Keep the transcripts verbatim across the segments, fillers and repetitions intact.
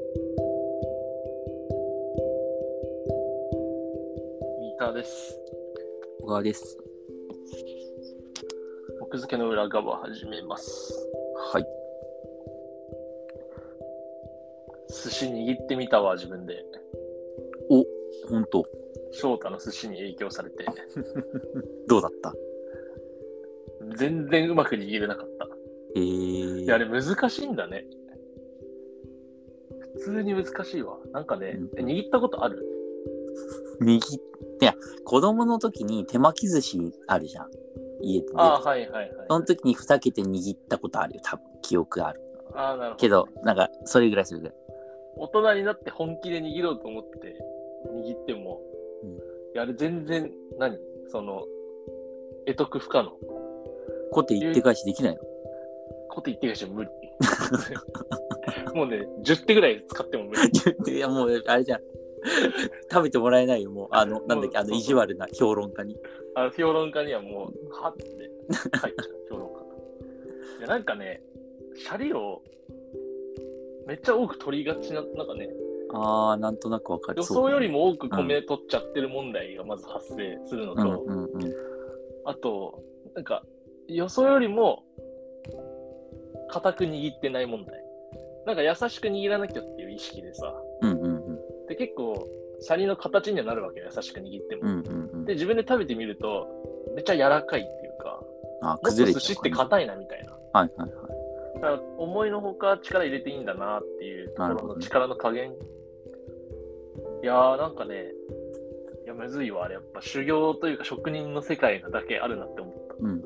三田です。 小川です。 奥付けの裏側始めます。 はい。 寿司握ってみたわ、自分で。 お、ほんと。 翔太の寿司に影響されて。 どうだった？ 全然うまく握れなかった。 えー。 いや、あれ難しいんだね。普通に難しいわ。なんかね、うん、握ったことある？ 握って、いや、子供の時に手巻き寿司あるじゃん。家で。 ああ、はいはいはい。 その時にふざけて握ったことあるよ。多分、記憶ある。 ああ、なるほど、ね。 けど、なんか、それぐらいするぐらい。 大人になって本気で握ろうと思って握っても、うん、いや、あれ全然、何その、得得不可能。 コテ一手返しできないの？ コテ一手返しは無理。もうね、じゅってぐらい使っても無理。 じゅっていや、もう、あれじゃん。食べてもらえないよ、もう。あの、なんだっけ、あの、意地悪な評論家に。 あの、評論家にはもう、はって書いちゃう、評論家。いや、なんかね、シャリをめっちゃ多く取りがちな、なんかね、 あー、なんとなくわかる。 予想よりも多く米取っちゃってる問題がまず発生するのと、 うんうんうん、 あと、なんか、予想よりも固く握ってない問題。なんか優しく握らなきゃっていう意識でさ、 うんうんうん、 で結構シャリの形にはなるわけよ、優しく握っても、 うんうんうん、 で自分で食べてみるとめっちゃ柔らかいっていうか、 あ、 崩れちゃう。もっと寿司って硬いなみたいな。 はいはいはい。 だから思いのほか力入れていいんだなっていうところの力の加減、ね、いやーなんかね、いやむずいわ、あれやっぱ修行というか職人の世界なだけあるなって思った。 うんうんうん。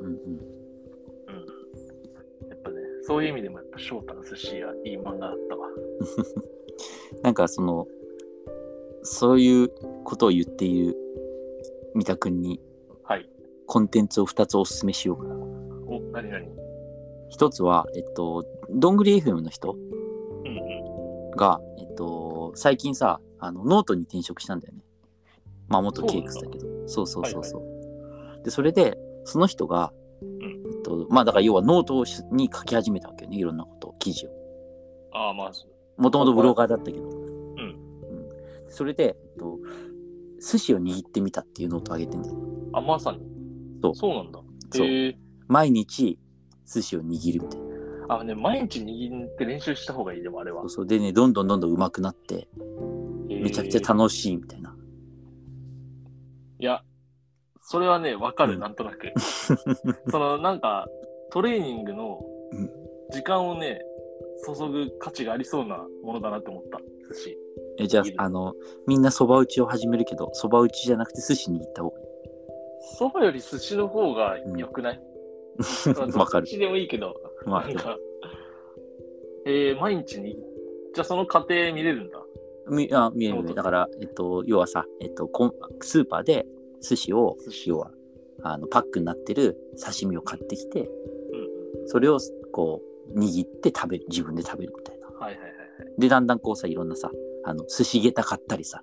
そういう意味でもやっぱ翔太の寿司はいい漫画だったわ。 なんかそのそういうことを言っている三田くんに、はい、コンテンツをふたつおすすめしようかな。 お、何何？ 一つはえっとどんぐり エフエム の人、 うんうん、 がえっと最近さあのノートに転職したんだよね。まあ元ケイクスだけど、そうそうそうそう。はいはい、でそれでその人がまあだから要はノートに書き始めたわけよね、いろんなことを、記事を。 ああ、まあもともとブロガーだったけど、うん、 うん、 それで、えっと、寿司を握ってみたっていうノートを上げてんだよ。 あ、まさに。 そうそうなんだ。 そう、毎日寿司を握るみたいな。 あね、毎日握って練習した方がいい、でもあれは。 そうそう、でね、どんどんどんどん上手くなって、めちゃくちゃ楽しいみたいな。 いや、それはね、わかる、うん、なんとなく。そのなんかトレーニングの時間をね、注ぐ価値がありそうなものだなって思った。寿司。 えじゃあ、あのみんなそば打ちを始めるけど、そば打ちじゃなくて寿司に行った方がいい。 そばより寿司の方が良くない？わ、うん、かる。寿司でもいいけど、まあ、なんか、えー、毎日に、じゃあその過程見れるんだ。 みあ見える見える。だから、えっと、要はさ、えっと、スーパーで寿司を、要はあのパックになってる刺身を買ってきて、うん、それをこう握って食べる、自分で食べるみたいな。 はいはいはい、はい。 で、だんだんこうさ、いろんなさ、あの寿司下駄買ったりさ、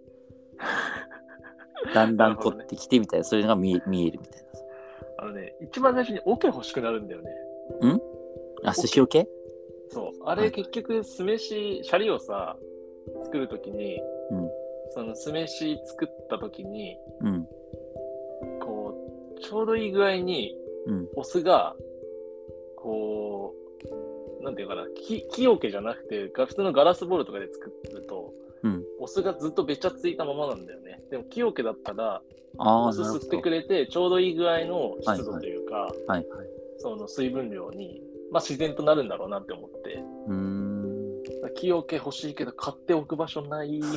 だんだん取ってきてみたいな、それが見え、見えるみたいな。 あのね、一番最初に桶欲しくなるんだよね。 ん？あ、寿司桶？ そう。あれ、はい、結局酢飯、シャリをさ、作るときに、うん、その酢飯作ったときに、うん、こうちょうどいい具合に、うん、お酢がこうなんていうかな、木木桶じゃなくて普通のガラスボウルとかで作ると、うん、お酢がずっとべちゃついたままなんだよね。でも木桶だったらお酢吸ってくれてちょうどいい具合の湿度というか、はいはいはいはい、その水分量に、まあ、自然となるんだろうなって思って、うーん、木桶欲しいけど買っておく場所ないみたい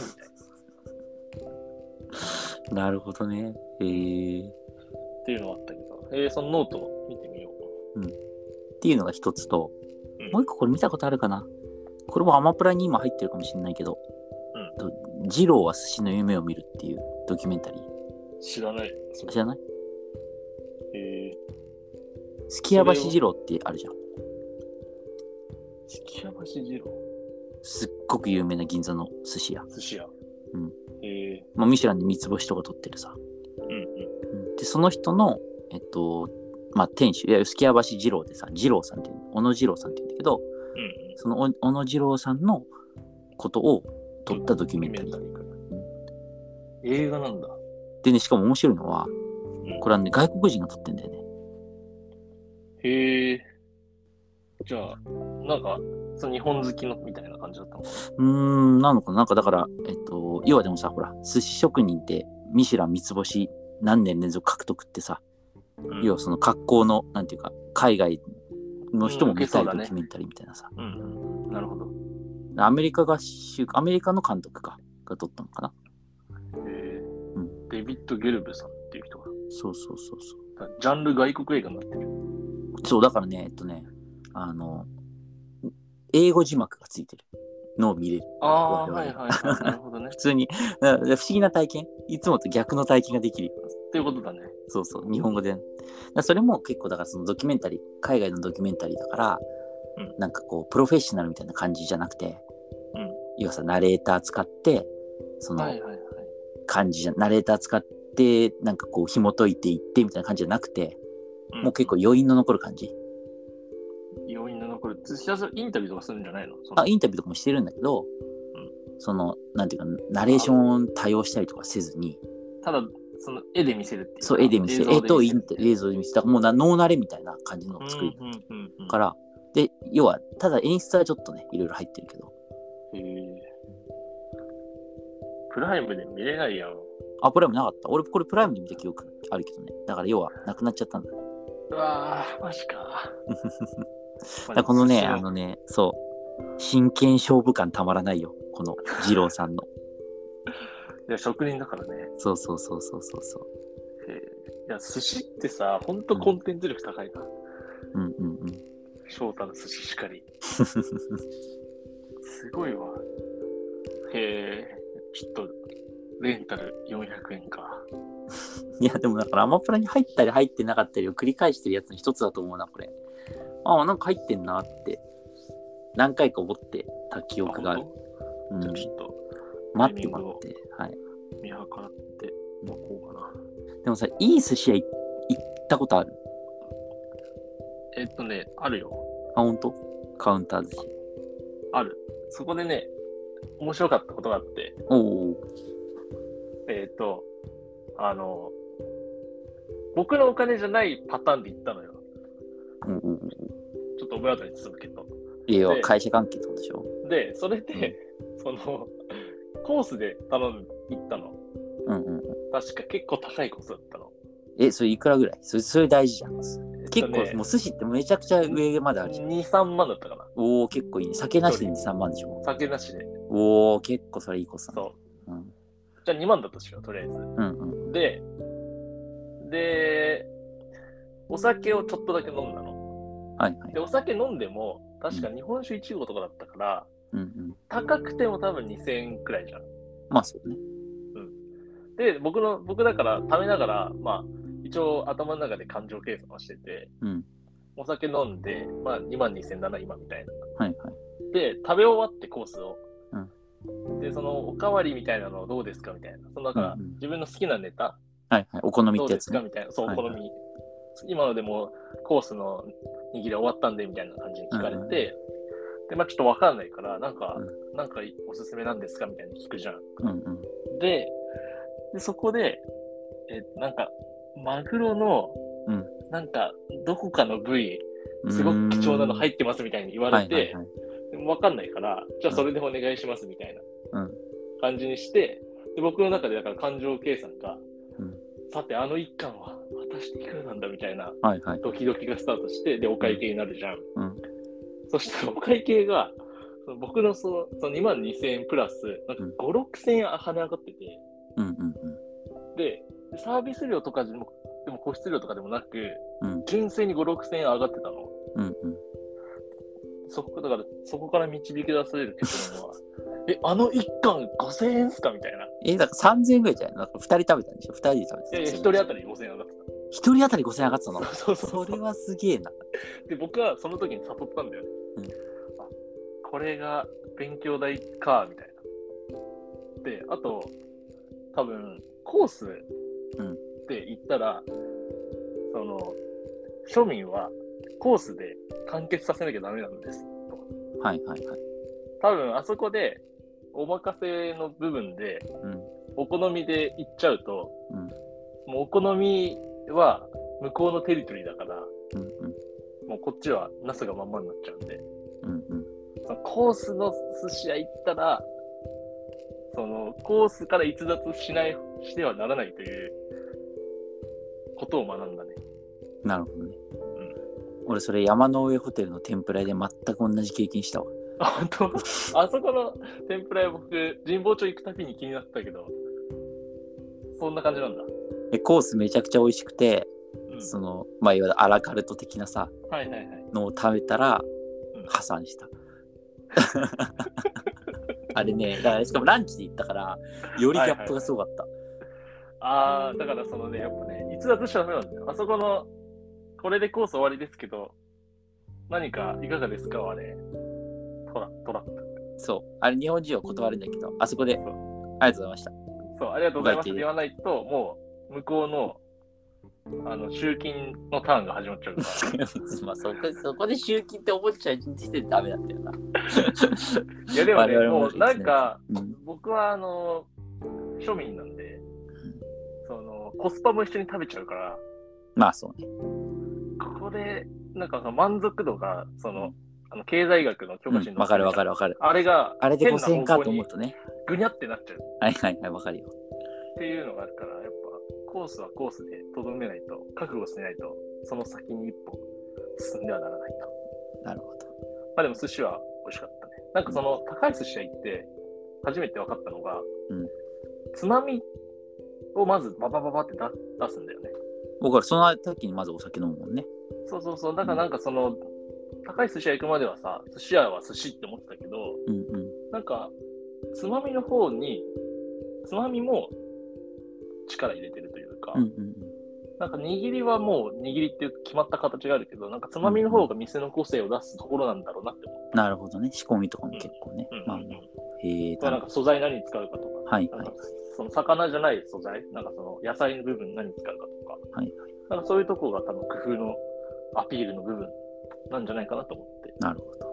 な。なるほどね。へーっていうのがあったけど、えー、そのノートを見てみよう。うん。っていうのが一つと、うん、もう一個これ見たことあるかな。これもアマプラに今入ってるかもしれないけど、うん、二郎は寿司の夢を見るっていうドキュメンタリー。 知らない。 知らない？ えー、すきや橋二郎ってあるじゃん。 すきや橋二郎？ すっごく有名な銀座の寿司屋。 寿司屋。 うん。えー、まあミシュランで三つ星とか取ってるさ。うんうん。でその人のえっとまあ店主、いやすきや橋二郎でさ、二郎さんっていう小野二郎さんって言うんだけど、うんうん、その小野二郎さんのことを撮ったドキュメンタリー。うんうん、映画なんだ。 でね、しかも面白いのは、うん、これはね、外国人が撮ってんだよね。 へえ。じゃあ、なんか、その日本好きのみたいな感じだったのかな。 うーん、なのかな。なんかだから、えっと、要はでもさ、ほら、寿司職人ってミシュラン三つ星何年連続獲得ってさ、うん、要はその格好の、なんていうか、海外の人も見たいドキュメンタリーみたいなさ。 うん、うんうん、なるほど。 アメリカ合衆、アメリカの監督か、が撮ったのかな。 へえ、うん。デビッド・ゲルブさんっていう人が。 そうそうそうそう。 ジャンル外国映画になってる。 そう、だからね、えっとね、あの、英語字幕がついてるのを見れる。 ああ、はいはいはい。なるほどね。 普通に、不思議な体験、いつもと逆の体験ができる。 っていうことだね。 そうそう、日本語で。だそれも結構、だからそのドキュメンタリー、海外のドキュメンタリーだから、うん、なんかこう、プロフェッショナルみたいな感じじゃなくて、うん、要はさ、ナレーター使って、その、感じじゃ、ナレーター使って、なんかこう、紐解いていってみたいな感じじゃなくて、うん、もう結構余韻の残る感じ。 余韻の残る。ひたすらインタビューとかするんじゃないの？ あ、インタビューとかもしてるんだけど、うん、その、なんていうか、ナレーション多用したりとかせずに、 ただ、その絵で見せるっていう。 そう、絵で見せる。絵とインタ映像で見せた。もうなノーナレみたいな感じの作り、うんうんうんうん、から、で、要は、ただ演出はちょっとね、いろいろ入ってるけど。 へえ。プライムで見れないやん。 あ、プライムなかった。俺、これプライムで見た記憶あるけどね。だから要は、なくなっちゃったんだ。 うわぁ、マジか。 だこのね、あのね、そう、真剣勝負感たまらないよ。この二郎さんの。 いや、職人だからね。 そうそうそうそうそうそう。 へいや、寿司ってさ、ほんとコンテンツ力高いな。 うんうんうん。 翔太の寿司しかり。すごいわ。へえ、ちょっと、レンタルよんひゃくえんか。 いや、でもだからアマプラに入ったり入ってなかったりを繰り返してるやつの一つだと思うな、これ。ああ、なんか入ってんなって、何回か思ってた記憶がある。 うん、じゃあちょっと、 待って待って。はい。 見計らっておこうかな。 でもさ、いい寿司屋行ったことある？ えっとね、あるよ。 あ、ほんと？カウンター寿司。 ある。そこでね、面白かったことがあって。 おお。 えっと、あの、僕のお金じゃないパターンで行ったのよ。 うんうんうん。 ちょっとオブラートに包むけど。 いや、会社関係ってことでしょ？ で、それで、うん、その、コースで頼ん行ったの。 うんうんうん。 確か結構高いコースだったの。 え、それいくらぐらい？それ、それ大事じゃん。結構、ね、もう寿司ってめちゃくちゃ上まであるじゃん。 に、さんまんだったかな。 おー、結構いいね。酒なしでに、さんまんでしょ。 酒なしで。 おー、結構それいいコースだね。 そう。うん、じゃあにまんだったでしょ、とりあえず。うんうん。で、で、お酒をちょっとだけ飲んだの。 はいはい。 で、お酒飲んでも、確か日本酒いちごとかだったから、うんうん、高くても多分にせんえんくらいじゃん。 まあそうね。 うん。で、僕の、僕だから食べながら、まあ、一応頭の中で感情計算をしてて、うん、お酒飲んで、まあにまんにせんだな、今みたいな。 はいはい。 で、食べ終わってコースを。うん、で、そのおかわりみたいなのどうですかみたいな。そのだから、うんうん、自分の好きなネタ。 はいはい。お好みってやつ、ね、 どうですかみたいな。そう、お好み。はいはい、今のでもコースの握り終わったんでみたいな感じに聞かれて、うんうん、で、まあちょっとわかんないから、なんか、うん、なんかおすすめなんですかみたいに聞くじゃん。うんうん、で、でそこで、え、なんか、マグロの、うん、なんか、どこかの部位、すごく貴重なの入ってますみたいに言われて、はいはいはい、でもわかんないから、じゃあそれでお願いしますみたいな感じにして、で僕の中でだから感情計算が、うん、さてあの一貫は果たしていくらなんだみたいなドキドキがスタートして、でお会計になるじゃん。うん、そしたらお会計が、その僕のその、そのにまんにせんえんプラス、なんかご、ろくせんえん跳ね上がってて、うんうんうん、で、サービス料とかでも、でも個室料とかでもなく、うん、純粋にご、ろくせんえん上がってたの。うんうん、そこだからそこから導き出される結論は、え、あの一貫ごせんえんっすかみたいな。 え、だからさんぜんえんぐらいじゃないの？なんかふたり食べたんでしょ？ふたりで食べてた。 え、ひとり当たりごせんえん上がってた。 ひとり当たりごせんえん上がってたの？ そうそうそうそう。 それはすげえな。 で、僕はその時に誘ったんだよね。うん、あ、これが勉強代か、みたいな。で、あと、多分、コースで行ったら、うん、その、庶民はコースで完結させなきゃダメなんですと。 はいはいはい。 多分、あそこで、 お任せの部分で、 うん、 お好みでいっちゃうと、 うん、 もうお好みは向こうのテリトリーだから、 うんうん、 もうこっちはナスがまんまになっちゃうんで、 うんうん、 そのコースの寿司屋行ったら、そのコースから逸脱しないしてはならないということを学んだね。 なるほどね。うん、俺それ山の上ホテルの天ぷらで全く同じ経験したわ。 あ、本当？あそこの天ぷら屋僕神保町行くたびに気になってたけど、そんな感じなんだ。 えコースめちゃくちゃ美味しくて、うん、そのまあいわゆるアラカルト的なさ、 はいはいはい、 のを食べたら、うん、破産した。あれね、だからしかもランチで行ったからよりギャップがすごかった。はいはいはい、 ああ、だからそのね、やっぱね、逸脱しちゃダメなんだよ。あそこのこれでコース終わりですけど、何かいかがですかはね、トラトラップ。 そう、あれ日本人は断るんだけど、あそこでありがとうございました。 そう、ありがとうございましたって言わないと、もう向こうのあの集金のターンが始まっちゃうから。 まあそこそこで集金って思っちゃう時点でダメだったよな。 いやでもね、もうなんか、うん、僕はあの庶民なんで、うん、そのコスパも一緒に食べちゃうから。 まあそうね。 ここでなんか満足度がその、うん、あの経済学の教科書に載ってる、 わかるわかるわかる。 あれがあれでごせんえんかと思うとね、 ぐにゃってなっちゃう。 はいはいはい、わかるよ。 っていうのがあるから、やっぱコースはコースでとどめないと、覚悟しないと、その先に一歩進んではならないと。 なるほど。 まあでも寿司は美味しかったね。なんかその高い寿司屋行って初めて分かったのが、うん、つまみをまずババババって出すんだよね。 僕はその時にまずお酒飲むもんね。 そうそうそう。だからなんかその、うん、高い寿司屋行くまではさ、寿司屋は寿司って思ってたけど、うんうん、なんかつまみの方につまみも力入れてるというか、うんうん、なんか握りはもう握りっていう決まった形があるけど、なんかつまみの方が店の個性を出すところなんだろうなって思って。 なるほどね。仕込みとかも結構ね。まあ、 へえ。なんか素材何使うかとか、 はいはい、 その魚じゃない素材、なんかその野菜の部分何使うかとか、はいはい、なんかそういうところが多分工夫のアピールの部分なんじゃないかなと思って。 なるほど。